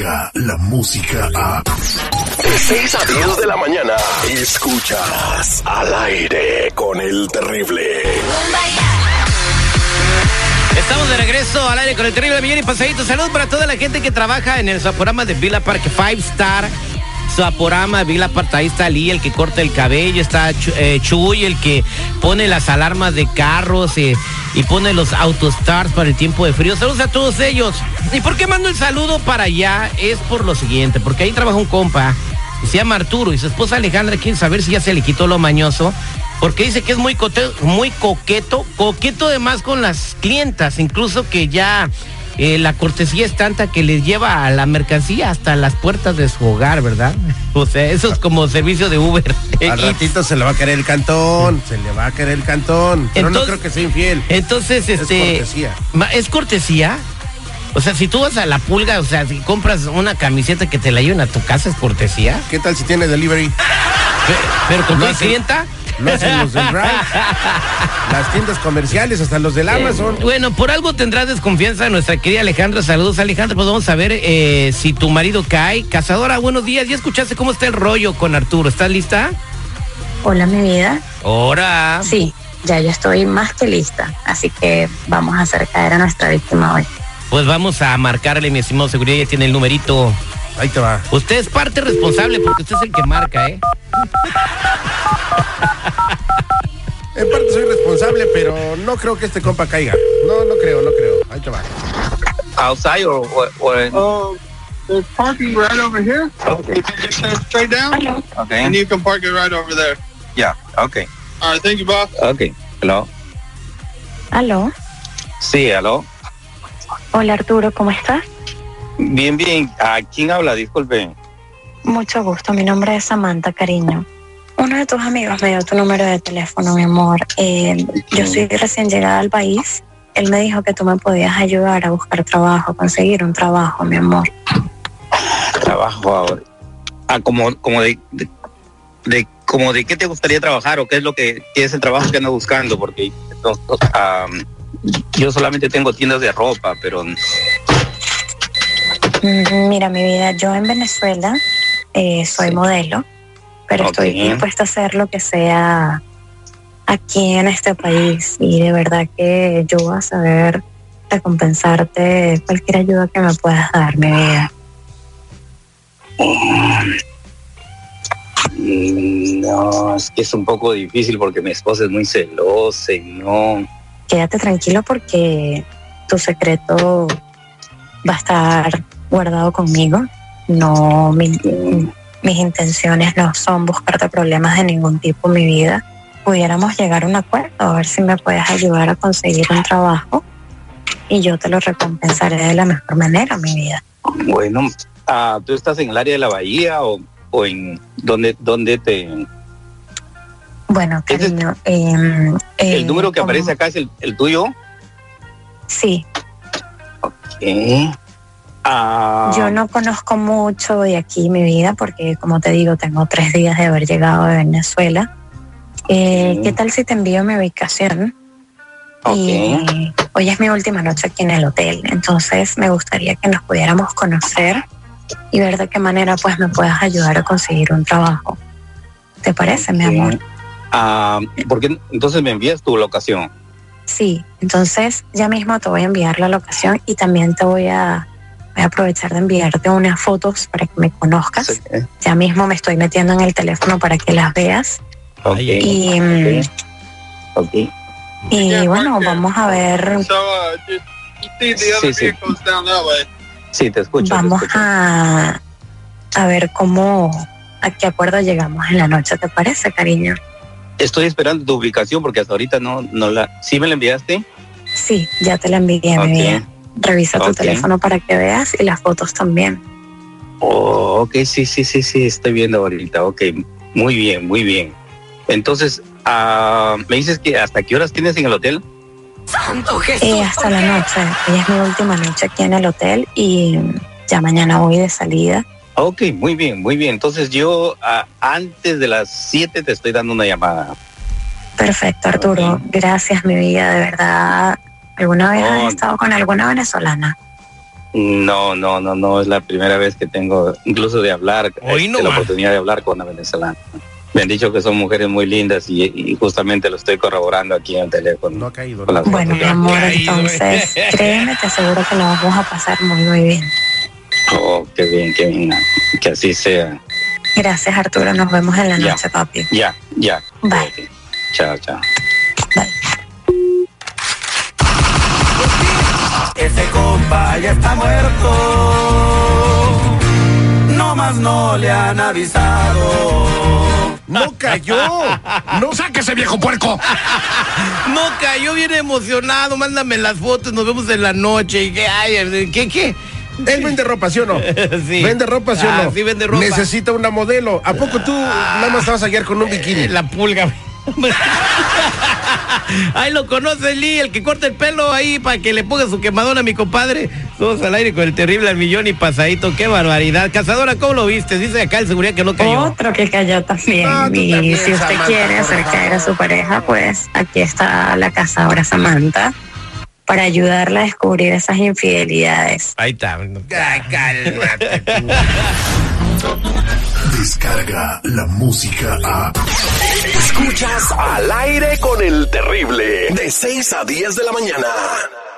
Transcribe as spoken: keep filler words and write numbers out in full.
música, la música a... De seis a diez de la mañana, escuchas Al Aire con el Terrible. Estamos de regreso al aire con el Terrible Millón y Pasadito. Salud para toda la gente que trabaja en el programa de Villa Park Five Star. Zaporama, Villa Park, ahí está Lee, el que corta el cabello, está eh, Chuy, el que pone las alarmas de carros eh, y pone los autostarts para el tiempo de frío. Saludos a todos ellos. ¿Y por qué mando el saludo para allá? Es por lo siguiente, porque ahí trabaja un compa, se llama Arturo, y su esposa Alejandra quiere saber si ya se le quitó lo mañoso, porque dice que es muy, cote, muy coqueto, coqueto además con las clientas, incluso que ya... Eh, la cortesía es tanta que les lleva a la mercancía hasta las puertas de su hogar, ¿verdad? O sea, eso es como servicio de Uber. Al ratito se le va a querer el cantón, se le va a querer el cantón, pero entonces, no creo que sea infiel. Entonces, este... Es cortesía. ¿Es cortesía? O sea, si tú vas a la Pulga, o sea, si compras una camiseta que te la lleven a tu casa, ¿es cortesía? ¿Qué tal si tiene delivery? Pero, pero con tu clienta... Lo hacen los del Ride, las tiendas comerciales, hasta los del Amazon. Eh, bueno, por algo tendrás desconfianza de nuestra querida Alejandra. Saludos, Alejandra. Pues vamos a ver eh, si tu marido cae. Cazadora, buenos días. ¿Ya escuchaste cómo está el rollo con Arturo? ¿Estás lista? Hola, mi vida. Hola. Sí, ya yo estoy más que lista. Así que vamos a hacer caer a nuestra víctima hoy. Pues vamos a marcarle, mi estimado seguridad. Ya tiene el numerito. Ahí te va. Usted es parte responsable porque usted es el que marca, ¿eh? En parte soy responsable, pero no creo que este compa caiga. No, no creo, no creo. Ahí te va. Outside or what? what? Uh, there's parking right over here. Okay. You can just turn straight down. Hello. Okay. And you can park it right over there. Yeah. Okay. All right. Thank you, boss. Okay. Hello. ¿Aló? Sí, hello. Hola, Arturo, ¿cómo estás? Bien, bien. ¿A quién habla? Disculpe. Mucho gusto, mi nombre es Samantha, cariño. Uno de tus amigos me dio tu número de teléfono, mi amor. Eh, yo soy recién llegada al país. Él me dijo que tú me podías ayudar a buscar trabajo, conseguir un trabajo, mi amor. Trabajo ahora. Ah, como, como de, de, de, como de qué te gustaría trabajar o qué es lo que qué es el trabajo que andas buscando, porque no, um, yo solamente tengo tiendas de ropa, pero. Mira, mi vida, yo en Venezuela eh, soy sí. modelo. Pero okay. Estoy dispuesta a hacer lo que sea aquí en este país y de verdad que yo voy a saber recompensarte cualquier ayuda que me puedas dar, mi vida. No, es que es un poco difícil porque mi esposa es muy celosa y no... Quédate tranquilo porque tu secreto va a estar guardado conmigo. No, mi... Mis intenciones no son buscarte problemas de ningún tipo en mi vida. Pudiéramos llegar a un acuerdo, a ver si me puedes ayudar a conseguir un trabajo y yo te lo recompensaré de la mejor manera, mi vida. Bueno, uh, ¿tú estás en el área de la bahía o, o en dónde, dónde te...? Bueno, cariño... Es, eh, ¿El eh, número que como... aparece acá es el, el tuyo? Sí. Ok. Uh, Yo no conozco mucho de aquí mi vida porque, como te digo, tengo tres días de haber llegado de Venezuela. Eh, mm. ¿Qué tal si te envío mi ubicación? Okay. Y hoy es mi última noche aquí en el hotel, entonces me gustaría que nos pudiéramos conocer y ver de qué manera pues me puedas ayudar a conseguir un trabajo. ¿Te parece, okay. mi amor? Uh, ¿Por qué entonces me envías tu locación? Sí, entonces ya mismo te voy a enviar la locación y también te voy a... Voy a aprovechar de enviarte unas fotos para que me conozcas. Sí. Ya mismo me estoy metiendo en el teléfono para que las veas. Okay. Y, okay. Okay. y yeah, bueno, vamos a ver. So, uh, just, you see the other sí, vehicles sí. down that way. Sí, te escucho. Vamos te escucho. A, a ver cómo, a qué acuerdo llegamos en la noche, ¿te parece, cariño? Estoy esperando tu ubicación porque hasta ahorita no, no la... ¿Sí me la enviaste? Sí, ya te la envié, okay. mi vida. Revisa tu okay. teléfono para que veas y las fotos también. Oh, ok, sí, sí, sí, sí, estoy viendo ahorita. Ok, muy bien, muy bien. Entonces, uh, ¿me dices que hasta qué horas tienes en el hotel? ¡Santo Jesús! Eh, hasta la noche. Hoy es mi última noche aquí en el hotel y ya mañana voy de salida. Ok, muy bien, muy bien. Entonces yo uh, antes de las siete te estoy dando una llamada. Perfecto, Arturo. Okay. Gracias, mi vida, de verdad. ¿Alguna vez oh. has estado con alguna venezolana? No, no, no, no, es la primera vez que tengo, incluso de hablar, Hoy este, no la más. oportunidad de hablar con una venezolana. Me han dicho que son mujeres muy lindas y, y justamente lo estoy corroborando aquí en el teléfono. No ha caído, Con ¿no? las Bueno, mi fotos. amor, Ay, entonces, güey. créeme, te aseguro que lo vamos a pasar muy, muy bien. Oh, qué bien, qué bien, que así sea. Gracias, Arturo. Nos vemos en la Ya. noche, papi. Ya, ya. Bye. Ok. Chao, chao. Bye. Ese compa ya está muerto, no más no le han avisado. ¡No cayó! ¡No saque ese viejo puerco! No cayó bien emocionado, mándame las fotos, nos vemos en la noche. ¿Y qué hay? ¿Qué, qué? Él vende ropa, ¿sí o no? Sí. ¿Vende ropa, sí o Ah, no? sí vende ropa. Necesita una modelo. ¿A poco tú nada más te vas a guiar con un bikini? La pulga. Ahí lo conoce Lee, el que corta el pelo ahí para que le ponga su quemadón a mi compadre. Todos al aire con el terrible al millón y pasadito. Qué barbaridad. Cazadora, ¿cómo lo viste? Dice acá el seguridad que no cayó. Otro que cayó también. Ah, tú y también, si usted Samantha, quiere por hacer favor. caer a su pareja, pues aquí está la cazadora Samantha para ayudarla a descubrir esas infidelidades. Ahí está. Ay, cálmate tú. Descarga la música a... Escuchas Al Aire con el Terrible, de seis a diez de la mañana.